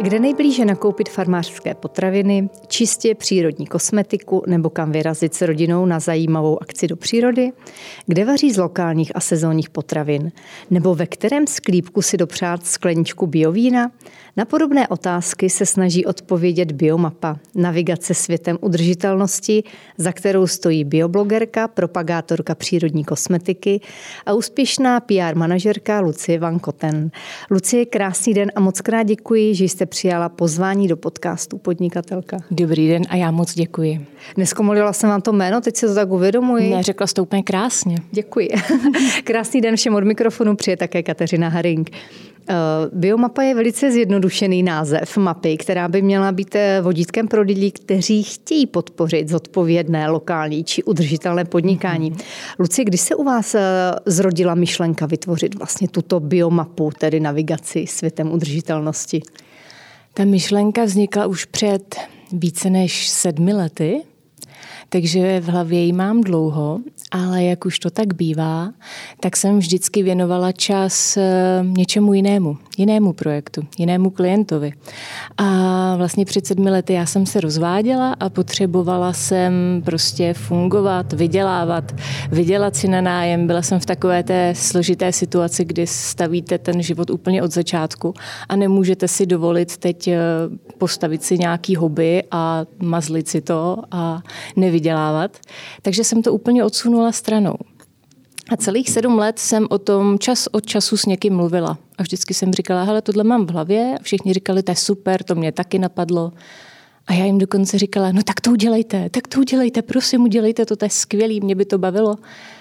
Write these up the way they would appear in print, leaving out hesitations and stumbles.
Kde nejblíže nakoupit farmářské potraviny, čistě přírodní kosmetiku nebo kam vyrazit s rodinou na zajímavou akci do přírody? Kde vaří z lokálních a sezónních potravin? Nebo ve kterém sklípku si dopřát skleničku biovína? Na podobné otázky se snaží odpovědět Biomapa, navigace světem udržitelnosti, za kterou stojí bioblogerka, propagátorka přírodní kosmetiky a úspěšná PR manažerka Lucie Van Koten. Lucie, krásný den a moc krát děkuji, že jste přijala pozvání do podcastu Podnikatelka. Dobrý den a já moc děkuji. Neskomolila jsem vám to jméno, teď se to tak uvědomuji. Ne, řekla jsi to úplně krásně. Děkuji. Krásný den všem od mikrofonu, přije také Kateřina Haring. Biomapa je velice zjednodušený název mapy, která by měla být vodítkem pro lidi, kteří chtějí podpořit zodpovědné lokální či udržitelné podnikání. Lucie, kdy se u vás zrodila myšlenka vytvořit vlastně tuto biomapu, tedy navigaci světem udržitelnosti? Ta myšlenka vznikla už před více než 7 lety, takže v hlavě ji mám dlouho, ale jak už to tak bývá, tak jsem vždycky věnovala čas něčemu jinému projektu, jinému klientovi. A vlastně před 7 lety já jsem se rozváděla a potřebovala jsem prostě fungovat, vydělat si na nájem. Byla jsem v takové té složité situaci, kdy stavíte ten život úplně od začátku a nemůžete si dovolit teď postavit si nějaký hobby a mazlit si to a nevydělávat. Takže jsem to úplně odsunula stranou. A celých 7 let jsem o tom čas od času s někým mluvila. A vždycky jsem říkala, hele, tohle mám v hlavě. A všichni říkali, to je super, to mě taky napadlo. A já jim dokonce říkala, no tak to udělejte, prosím, udělejte to, to je skvělý, mě by to bavilo.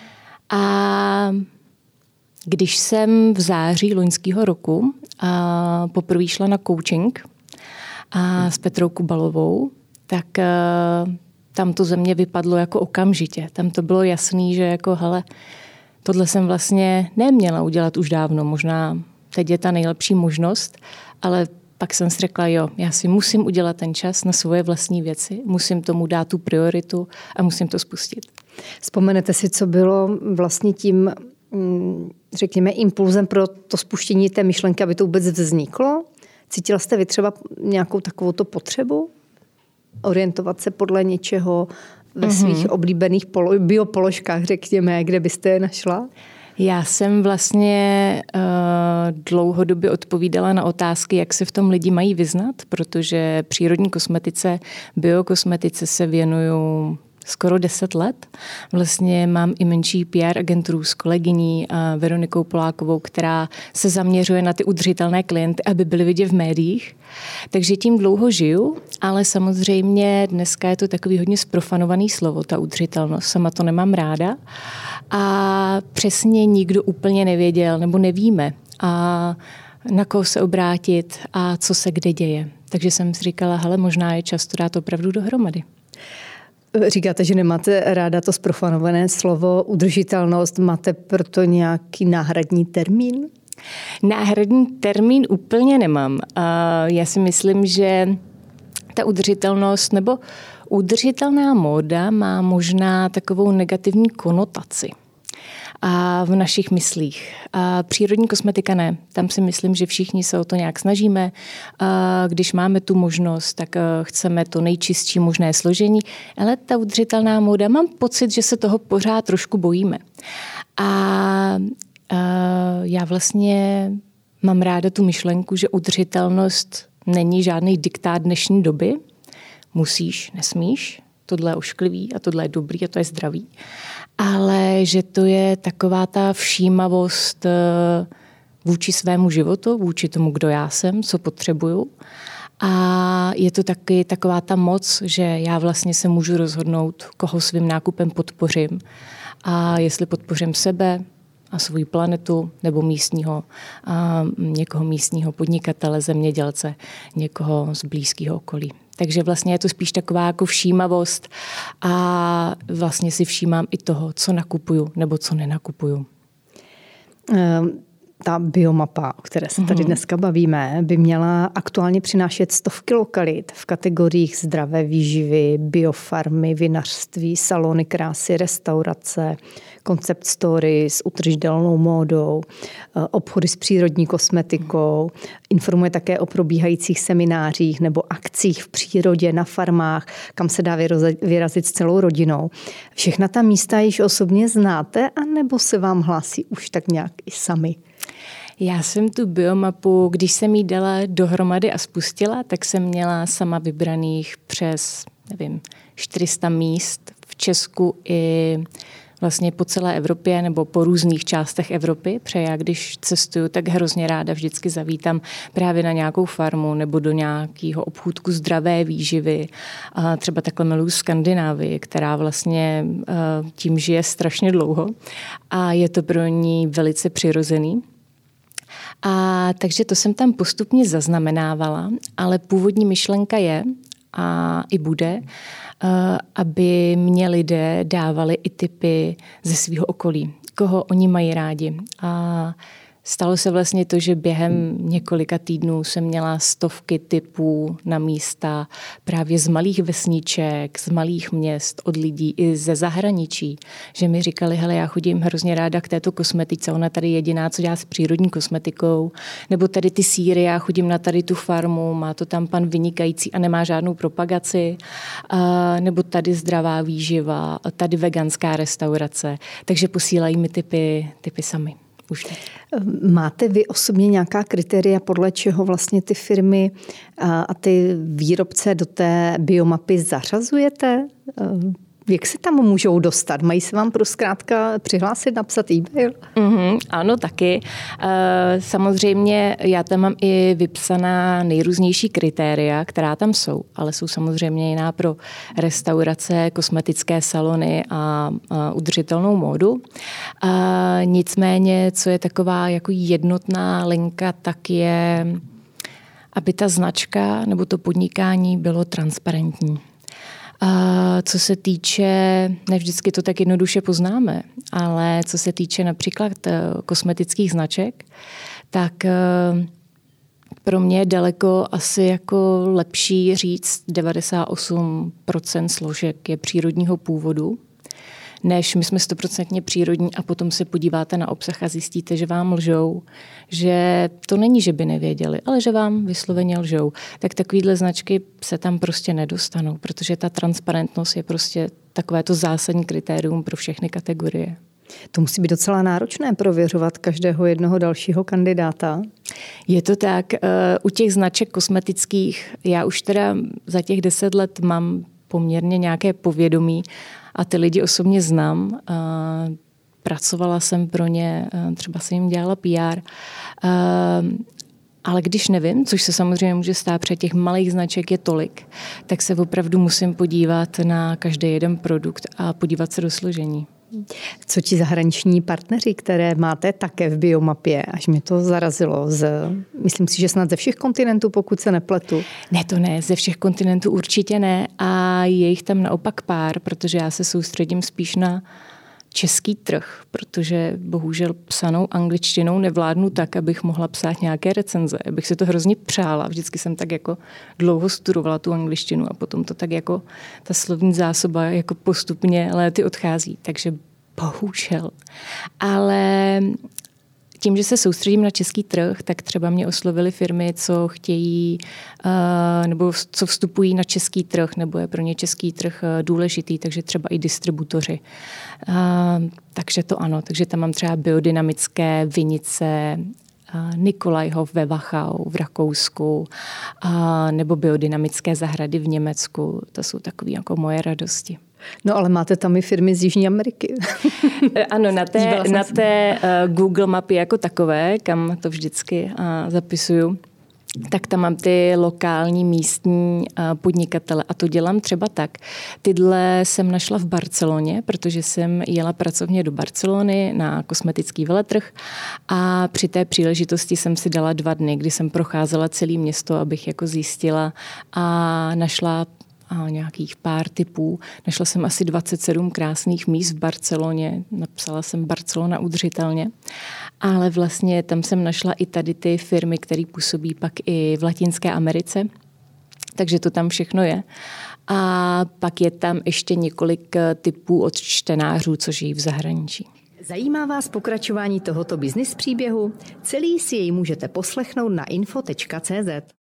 A když jsem v září loňského roku poprvé šla na coaching s Petrou Kubalovou, tak tam to ze mě vypadlo jako okamžitě. Tam to bylo jasný, že jako hele, tohle jsem vlastně neměla udělat už dávno. Možná teď je ta nejlepší možnost, ale pak jsem si řekla, jo, já si musím udělat ten čas na svoje vlastní věci, musím tomu dát tu prioritu a musím to spustit. Vzpomenete si, co bylo vlastně tím, řekněme, impulzem pro to spuštění té myšlenky, aby to vůbec vzniklo? Cítila jste vy třeba nějakou takovouto potřebu? Orientovat se podle něčeho ve svých oblíbených biopoložkách, řekněme, kde byste je našla? Já jsem vlastně dlouhodobě odpovídala na otázky, jak se v tom lidi mají vyznat, protože přírodní kosmetice, biokosmetice se věnuju skoro 10 let. Vlastně mám i menší PR agenturu s kolegyní Veronikou Polákovou, která se zaměřuje na ty udržitelné klienty, aby byly vidět v médiích. Takže tím dlouho žiju, ale samozřejmě dneska je to takový hodně zprofanovaný slovo, ta udržitelnost. Sama to nemám ráda. A přesně nikdo úplně nevěděl, nebo nevíme, a na koho se obrátit a co se kde děje. Takže jsem si říkala, hele, možná je čas to dát opravdu dohromady. Říkáte, že nemáte ráda to zprofanované slovo udržitelnost. Máte proto nějaký náhradní termín? Náhradní termín úplně nemám. Já si myslím, že ta udržitelnost nebo udržitelná móda má možná takovou negativní konotaci a v našich myslích. A přírodní kosmetika ne. Tam si myslím, že všichni se o to nějak snažíme. A když máme tu možnost, tak chceme to nejčistší možné složení. Ale ta udržitelná móda, mám pocit, že se toho pořád trošku bojíme. A já vlastně mám ráda tu myšlenku, že udržitelnost není žádný diktát dnešní doby. Musíš, nesmíš. Tohle je ošklivý a tohle je dobrý a to je zdravý. Ale že to je taková ta všímavost vůči svému životu, vůči tomu, kdo já jsem, co potřebuju. A je to taky taková ta moc, že já vlastně se můžu rozhodnout, koho svým nákupem podpořím. A jestli podpořím sebe a svou planetu nebo někoho místního podnikatele, zemědělce, někoho z blízkého okolí. Takže vlastně je to spíš taková jako všímavost a vlastně si všímám i toho, co nakupuju nebo co nenakupuju. ta biomapa, o které se tady dneska bavíme, by měla aktuálně přinášet stovky lokalit v kategoriích zdravé výživy, biofarmy, vinařství, salony krásy, restaurace, concept story s udržitelnou módou, obchody s přírodní kosmetikou. Informuje také o probíhajících seminářích nebo akcích v přírodě, na farmách, kam se dá vyrazit s celou rodinou. Všechna ta místa již osobně znáte, anebo se vám hlásí už tak nějak i sami? Já jsem tu biomapu, když jsem ji dala dohromady a spustila, tak jsem měla sama vybraných přes, 400 míst v Česku i vlastně po celé Evropě nebo po různých částech Evropy, protože já když cestuju, tak hrozně ráda vždycky zavítám právě na nějakou farmu nebo do nějakého obchůdku zdravé výživy. A třeba takhle miluji Skandinávii, která vlastně tím žije strašně dlouho a je to pro ní velice přirozený. A takže to jsem tam postupně zaznamenávala, ale původní myšlenka je a i bude, aby mě lidé dávali i tipy ze svého okolí, koho oni mají rádi. A stalo se vlastně to, že během několika týdnů jsem měla stovky tipů na místa právě z malých vesniček, z malých měst, od lidí i ze zahraničí, že mi říkali, hele, já chodím hrozně ráda k této kosmetice, ona tady jediná, co dělá s přírodní kosmetikou, nebo tady ty sýry, já chodím na tady tu farmu, má to tam pan vynikající a nemá žádnou propagaci, nebo tady zdravá výživa, tady veganská restaurace, takže posílají mi tipy sami. Máte vy osobně nějaká kritéria, podle čeho vlastně ty firmy a ty výrobce do té biomapy zařazujete? Jak se tam můžou dostat? Mají se vám zkrátka přihlásit, napsat e-mail? Ano, taky. Samozřejmě já tam mám i vypsaná nejrůznější kritéria, která tam jsou, ale jsou samozřejmě jiná pro restaurace, kosmetické salony a udržitelnou módu. Nicméně, co je taková jako jednotná linka, tak je, aby ta značka nebo to podnikání bylo transparentní. A co se týče, ne vždycky to tak jednoduše poznáme, ale co se týče například kosmetických značek, tak pro mě je daleko asi jako lepší říct 98% složek je přírodního původu, než my jsme 100% přírodní a potom se podíváte na obsah a zjistíte, že vám lžou, že to není, že by nevěděli, ale že vám vysloveně lžou. Tak takovýhle značky se tam prostě nedostanou, protože ta transparentnost je prostě takovéto zásadní kritérium pro všechny kategorie. To musí být docela náročné prověřovat každého jednoho dalšího kandidáta. Je to tak. U těch značek kosmetických, já už teda za těch 10 let mám poměrně nějaké povědomí a ty lidi osobně znám. Pracovala jsem pro ně, třeba jsem jim dělala PR. Ale když nevím, což se samozřejmě může stát, protože těch malých značek je tolik, tak se opravdu musím podívat na každý jeden produkt a podívat se do složení. Co ti zahraniční partneři, které máte také v biomapě, až mě to zarazilo, myslím si, že snad ze všech kontinentů, pokud se nepletu. Ne, to ne, ze všech kontinentů určitě ne a je jich tam naopak pár, protože já se soustředím spíš na český trh, protože bohužel psanou angličtinou nevládnu tak, abych mohla psát nějaké recenze. Bych si to hrozně přála. Vždycky jsem tak jako dlouho studovala tu angličtinu a potom to tak jako ta slovní zásoba jako postupně léty odchází. Takže bohužel. Ale tím, že se soustředím na český trh, tak třeba mě oslovily firmy, co chtějí nebo co vstupují na český trh, nebo je pro ně český trh důležitý, takže třeba i distributoři. Takže to ano, takže tam mám třeba biodynamické vinice, Nikolajhov ve Wachau v Rakousku, nebo biodynamické zahrady v Německu. To jsou takové jako moje radosti. No ale máte tam i firmy z Jižní Ameriky. Ano, na té Google mapy jako takové, kam to vždycky zapisuju, tak tam mám ty lokální místní podnikatele a to dělám třeba tak. Tyhle jsem našla v Barceloně, protože jsem jela pracovně do Barcelony na kosmetický veletrh a při té příležitosti jsem si dala 2 dny, kdy jsem procházela celé město, abych jako zjistila a našla a nějakých pár typů. Našla jsem asi 27 krásných míst v Barceloně, napsala jsem Barcelona udržitelně, ale vlastně tam jsem našla i tady ty firmy, které působí pak i v Latinské Americe, takže to tam všechno je. A pak je tam ještě několik typů od čtenářů, co žijí v zahraničí. Zajímá vás pokračování tohoto business příběhu? Celý si jej můžete poslechnout na info.cz.